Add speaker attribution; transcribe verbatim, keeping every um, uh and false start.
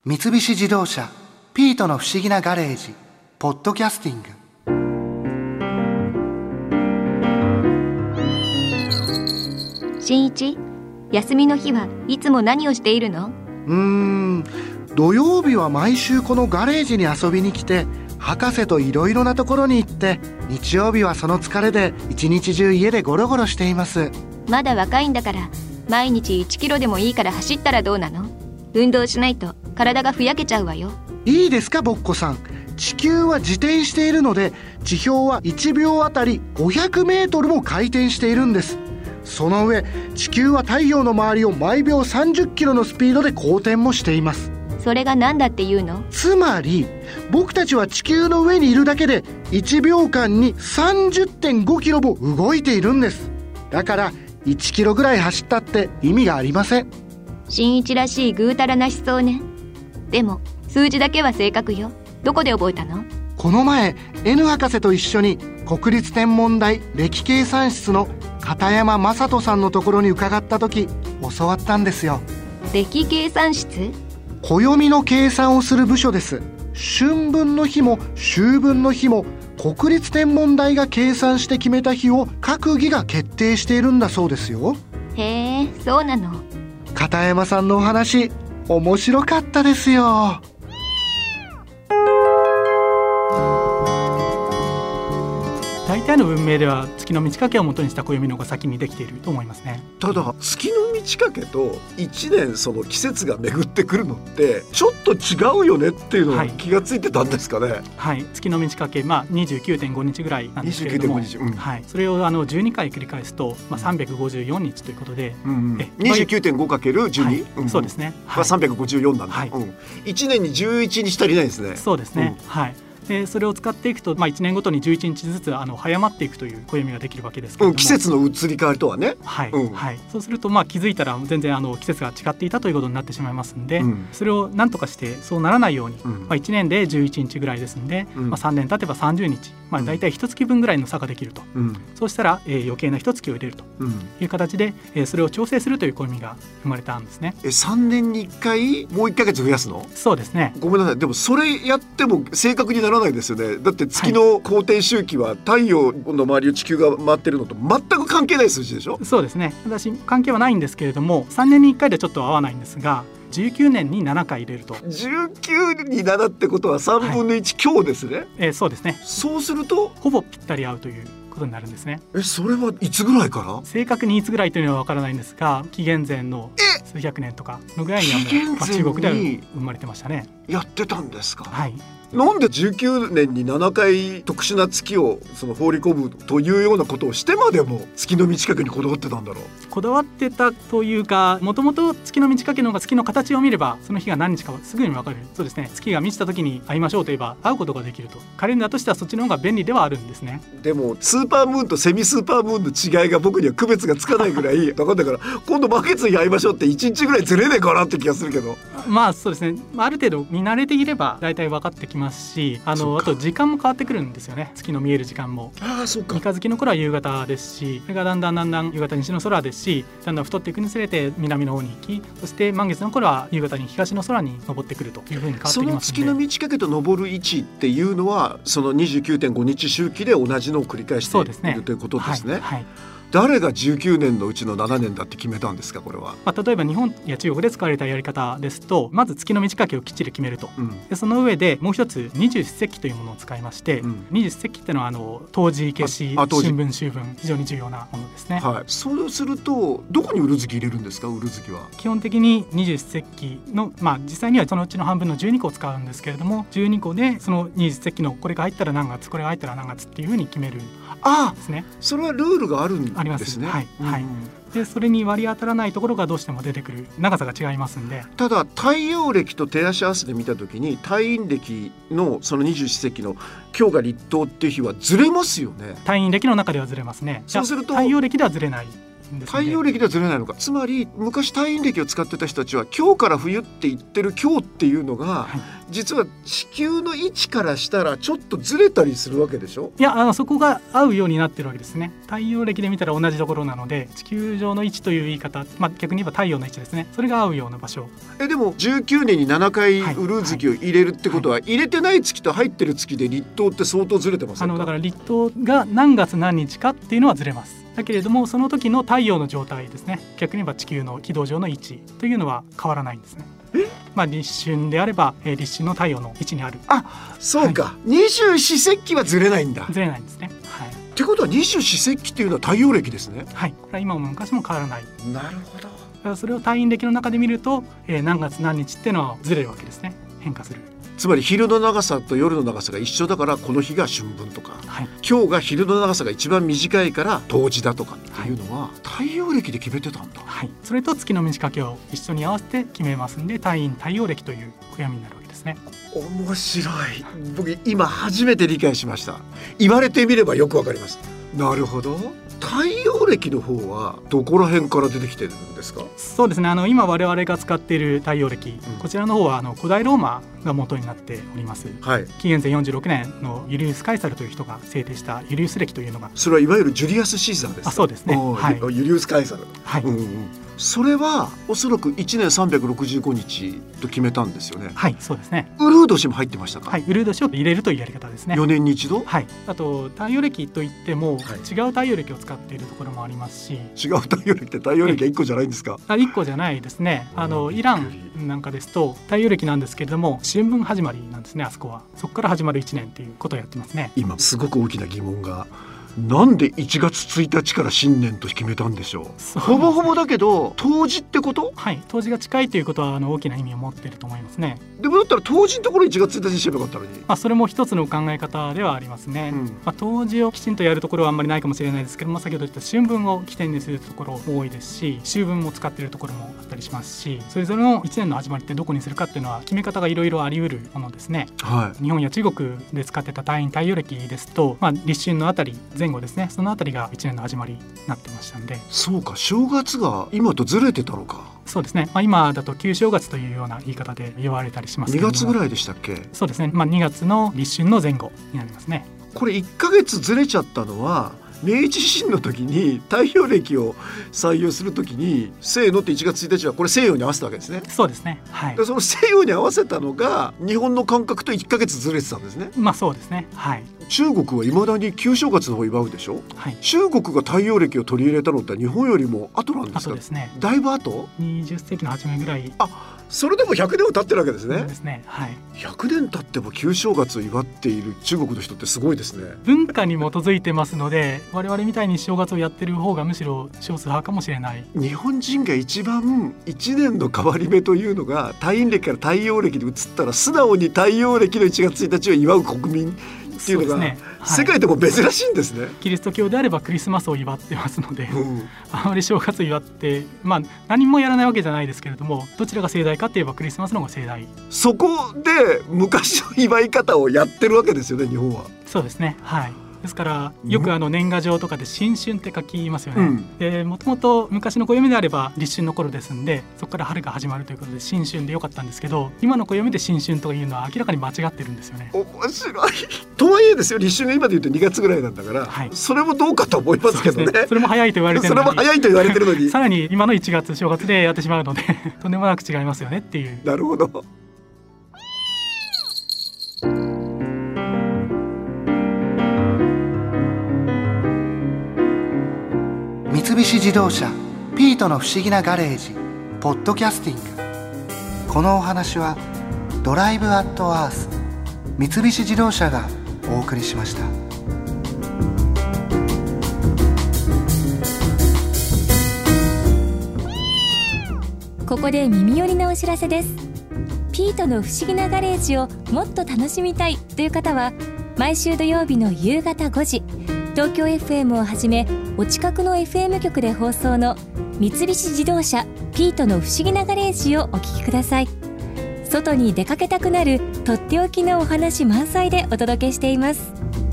Speaker 1: 三菱自動車ピートの不思議なガレージポッドキャスティング。
Speaker 2: 新一、休みの日はいつも何をしているの？
Speaker 1: うーん土曜日は毎週このガレージに遊びに来て博士といろいろなところに行って、日曜日はその疲れで一日中家でゴロゴロしています。
Speaker 2: まだ若いんだから毎日いちキロでもいいから走ったらどうなの？運動しないと体がふやけちゃうわよ。
Speaker 1: いいですかボッコさん、地球は自転しているので地表はいちびょうあたりごひゃくメートルも回転しているんです。その上地球は太陽の周りを毎秒さんじゅっキロのスピードで公転もしています。
Speaker 2: それが何だっていうの？
Speaker 1: つまり僕たちは地球の上にいるだけでいちびょうかんに さんじゅってんごキロも動いているんです。だからいちキロぐらい走ったって意味がありません。
Speaker 2: 新一らしいぐうたらな思想ね。でも数字だけは正確よ。どこで覚えたの？
Speaker 1: この前 N 博士と一緒に国立天文台歴計算室の片山正人さんのところに伺った時教わったんですよ。
Speaker 2: 歴計算室？
Speaker 1: 暦の計算をする部署です。春分の日も秋分の日も国立天文台が計算して決めた日を各議が決定しているんだそうですよ。
Speaker 2: へえ、そうなの。
Speaker 1: 片山さんのお話面白かったですよ。
Speaker 3: 大体の文明では月の満ち欠けを元にした暦の方が先にできていると思いますね。
Speaker 4: ただ月の満ち欠けといちねんその季節が巡ってくるのってちょっと違うよねっていうのに気がついてたんですかね。
Speaker 3: はい、はい、月の満ち欠け、まあ、にじゅうきゅうてんごにちぐらいなんですけれども、
Speaker 4: にじゅうきゅうてんごにち、うんはい、
Speaker 3: それをあのじゅうにかい繰り返すと、まあ、さんびゃくごじゅうよっかということで、うんうん、え
Speaker 4: にじゅうきゅうてんごかけるじゅうに、
Speaker 3: はいうん、そうですね、
Speaker 4: はい、さんびゃくごじゅうよんなんだ、
Speaker 3: はいうん、
Speaker 4: いちねんにじゅういちにち足りないですね。
Speaker 3: そうですね、うん、はい。でそれを使っていくと、まあ、いちねんごとにじゅういちにちずつあの早まっていくという暦ができるわけですけれども、
Speaker 4: うん、季節の移り変わりとはね、
Speaker 3: はい
Speaker 4: うん
Speaker 3: はい、そうすると、まあ、気づいたら全然あの季節が違っていたということになってしまいますんで、うん、それを何とかしてそうならないように、うんまあ、いちねんでじゅういちにちぐらいですんで、うんまあ、さんねん経てばさんじゅうにち、まあ、大体いっかげつぶんぐらいの差ができると、うん、そうしたら、えー、余計ないっかげつを入れるという形で、えー、それを調整するという暦が生まれたんですね。
Speaker 4: えさんねんにいっかいもういっかげつ増やすの？
Speaker 3: そうですね。
Speaker 4: ごめんなさい、でもそれやっても正確にならないですよね。だって月の公転周期は太陽の周りを地球が回ってるのと全く関係ない数字でしょ？
Speaker 3: そうですね。ただし関係はないんですけれども、さんねんにいっかいでちょっと合わないんですが、じゅうきゅうねんにななかい入れると
Speaker 4: じゅうきゅうにななってことはさんぶんのいち強ですね、はい
Speaker 3: えー、そうですね。
Speaker 4: そうすると
Speaker 3: ほぼぴったり合うということになるんですね。
Speaker 4: えそれはいつぐらいから？
Speaker 3: 正確にいつぐらいというのは分からないんですが、紀元前の数百年とかのぐらいにはもう、まあ、中国では生まれてましたね。
Speaker 4: やってたんですか？
Speaker 3: はい。
Speaker 4: なんでじゅうきゅうねんにななかい特殊な月をその放り込むというようなことをしてまでも月の満ち欠けにこだわってたんだろう？
Speaker 3: こだわってたというか、もともと月の満ち欠けの方が月の形を見ればその日が何日かすぐに分かる。そうですね。月が満ちた時に会いましょうといえば会うことができると。カレンダーとしてはそっちの方が便利ではあるんですね。
Speaker 4: でもスーパームーンとセミスーパームーンの違いが僕には区別がつかないぐらい分かんないから今度満月に会いましょうっていちにちぐらいずれねえかなって気がするけど、
Speaker 3: まあそうですね。ある程度見慣れていれば大体分かってきますし、あのあと時間も変わってくるんですよね。月の見える時間も。
Speaker 4: ああそうか。
Speaker 3: 三日月の頃は夕方ですし、それがだんだんだんだん夕方西の空ですし、だんだん太っていくにつれて南の方に行き、そして満月の頃は夕方に東の空に昇ってくるというふうに変わってきますので、
Speaker 4: その月の満ち欠けと昇る位置っていうのはその にじゅうきゅうてんごにち周期で同じのを繰り返している、ね、ということですね。はいはい。誰がじゅうきゅうねんのうちのななねんだって決めたんですか？これは、
Speaker 3: まあ、例えば日本や中国で使われたやり方ですと、まず月の満ち欠けをきっちり決めると、うん、でその上でもう一つ二十四節気というものを使いまして、うん、二十四節気っていうのはあの冬至夏至春分秋分非常に重要なものですね。
Speaker 4: はい、そうするとどこにうる月入れるんですか？うる月は
Speaker 3: 基本的に二十四節気の、まあ、実際にはそのうちの半分のじゅうにこを使うんですけれども、じゅうにこでその二十四節気のこれが入ったら何月これが入ったら何月っていうふうに決めるんですね。
Speaker 4: ああ、それはルールがあるんですね。
Speaker 3: ありますね。はいはい、でそれに割り当たらないところがどうしても出てくる。長さが違いますんで。
Speaker 4: ただ太陽暦と照らし合わせて見たときに太陰暦のその二十四節気の今日が立冬っていう日はずれますよね。
Speaker 3: 太陰暦の中ではずれますね。
Speaker 4: そうすると
Speaker 3: 太陽暦ではずれない。
Speaker 4: 太陽暦ではずれないのか。つまり昔太陰暦を使ってた人たちは今日から冬って言ってる今日っていうのが、は実は地球の位置からしたらちょっとずれたりするわけでしょ。
Speaker 3: いや、あのそこが合うようになってるわけですね。太陽暦で見たら同じところなので、地球上の位置という言い方、まあ、逆に言えば太陽の位置ですね、それが合うような場所。
Speaker 4: えでもじゅうきゅうねんにななかいウルー月を入れるってことは、はいはい、入れてない月と入ってる月で立冬って相当ずれてますか。
Speaker 3: あのだから立冬が何月何日かっていうのはずれます。だけれどもその時の太陽の状態ですね、逆に言えば地球の軌道上の位置というのは変わらないんですね。
Speaker 4: え
Speaker 3: まあ、立春であれば、えー、立春の太陽の位置にある。
Speaker 4: あ、そうか、はい、二十四節気はずれないんだ。
Speaker 3: ずれないんですね、はい、
Speaker 4: ってことは二十四節気っていうのは太陽暦ですね。
Speaker 3: はい、これは今も昔も変わらない。
Speaker 4: なるほど。だ
Speaker 3: からそれを太陰暦の中で見ると、えー、何月何日っていうのはずれるわけですね、変化する。
Speaker 4: つまり昼の長さと夜の長さが一緒だからこの日が春分とか、はい、今日が昼の長さが一番短いから冬至だとかっていうのは、はい、太陽暦で決めてたんだ。
Speaker 3: はい、それと月の満ち欠けを一緒に合わせて決めますんで、太陰太陽暦という暦になるわけですね。
Speaker 4: 面白い。僕今初めて理解しました。言われてみればよくわかります。なるほど。太陽暦の方はどこら辺から出てきてるんですか。
Speaker 3: そうですね、あの今我々が使っている太陽暦、うん、こちらの方はあの古代ローマが元になっております、はい、紀元前よんじゅうろくねんのユリウス・カイサルという人が制定したユリウス暦というのが、
Speaker 4: それはいわゆるジュリアス・シーザーですか。
Speaker 3: あ、そうですね、
Speaker 4: はい、ユリウス・カイサル、はい、うんうん、それはおそらくいちねんさんびゃくろくじゅうごにちと決めたんですよね。
Speaker 3: はい、そうですね。
Speaker 4: ウルー年も入ってましたか。
Speaker 3: はい、ウルー年を入れるというやり方ですね。
Speaker 4: よねんに一度。
Speaker 3: はい、あと太陽暦といっても、はい、違う太陽暦を使っているところもありますし。
Speaker 4: 違う太陽暦って太陽暦はいっこじゃないんですか。
Speaker 3: あ、いっこじゃないですね。あのイランなんかですと太陽暦なんですけれども春分始まりなんですね。あそこはそこから始まるいちねんということをやってますね。
Speaker 4: 今すごく大きな疑問が、なんでいちがつついたちから新年と決めたんでしょう。ほぼほぼだけど冬至ってこと。
Speaker 3: はい、冬至が近いということはあの大きな意味を持っていると思いますね。
Speaker 4: でもだったら冬至のところいちがつついたちにしればよかったのに、
Speaker 3: まあ、それも一つの考え方ではありますね、うん、まあ、冬至をきちんとやるところはあんまりないかもしれないですけども、先ほど言った春分を起点にするところも多いですし、秋分も使っているところもあったりしますし、それぞれのいちねんの始まりってどこにするかっていうのは決め方がいろいろあり得るものですね、はい、日本や中国で使ってた太陰太陽暦ですと、まあ、立春のあたり前後ですね、そのあたりがいちねんの始まりになってましたんで。
Speaker 4: そうか、正月が今とずれてたのか。
Speaker 3: そうですね、まあ、今だと旧正月というような言い方で言われたりしますけども、
Speaker 4: にがつぐらいでしたっけ。
Speaker 3: そうですね、まあ、にがつの立春の前後になりますね。
Speaker 4: これいっかげつずれちゃったのは明治維新の時に太陽暦を採用する時に西洋っていちがつついたちはこれ西洋に合わせたわけですね。
Speaker 3: そうですね、はい、
Speaker 4: でその西洋に合わせたのが日本の感覚といっかげつずれてたんですね。
Speaker 3: まあそうですね、はい、
Speaker 4: 中国は未だに旧正月の方を祝うでしょ、はい、中国が太陽暦を取り入れたのって日本よりも後なんですか。
Speaker 3: 後ですね、
Speaker 4: だいぶ後、
Speaker 3: にじゅっせいきの初めぐらい。
Speaker 4: あ、それでもひゃくねんを経ってるわけですね。
Speaker 3: そうですね、はい、
Speaker 4: ひゃくねん経っても旧正月を祝っている中国の人ってすごいですね。
Speaker 3: 文化に基づいてますので、我々みたいに正月をやってる方がむしろ少数派かもしれない。
Speaker 4: 日本人が一番いちねんの変わり目というのが太陰暦から太陽暦に移ったら素直に太陽暦のいちがつついたちを祝う国民っていうのが、ね、はい、世界でも珍しいんですね。
Speaker 3: キリスト教であればクリスマスを祝ってますので、うん、あまり正月を祝って、まあ、何もやらないわけじゃないですけれども、どちらが盛大かといえばクリスマスの方が盛大。
Speaker 4: そこで昔の祝い方をやってるわけですよね、日本は。
Speaker 3: そうですね、はい、ですからよくあの年賀状とかで新春って書きますよね、うん、でもともと昔の暦であれば立春の頃ですんで、そこから春が始まるということで新春でよかったんですけど、今の暦で新春というのは明らかに間違ってるんですよね。
Speaker 4: 面白い。とはいえですよ、立春が今で言うとにがつぐらいなんだから、はい、それもどうかと思いますけど ね, そ, ね
Speaker 3: それも早いと言われてるのに
Speaker 4: それも早いと言われてるのに
Speaker 3: さらに今のいちがつ正月でやってしまうのでとんでもなく違いますよねっていう。
Speaker 4: なるほど。
Speaker 1: 三菱自動車ピートの不思議なガレージポッドキャスティング。このお話はドライブアットアース三菱自動車がお送りしました。
Speaker 5: ここで耳寄りなお知らせです。ピートの不思議なガレージをもっと楽しみたいという方は、毎週土曜日の夕方ごじ、東京 エフエム をはじめお近くの エフエム 局で放送の三菱自動車ピートの不思議なガレージをお聞きください。外に出かけたくなるとっておきのお話満載でお届けしています。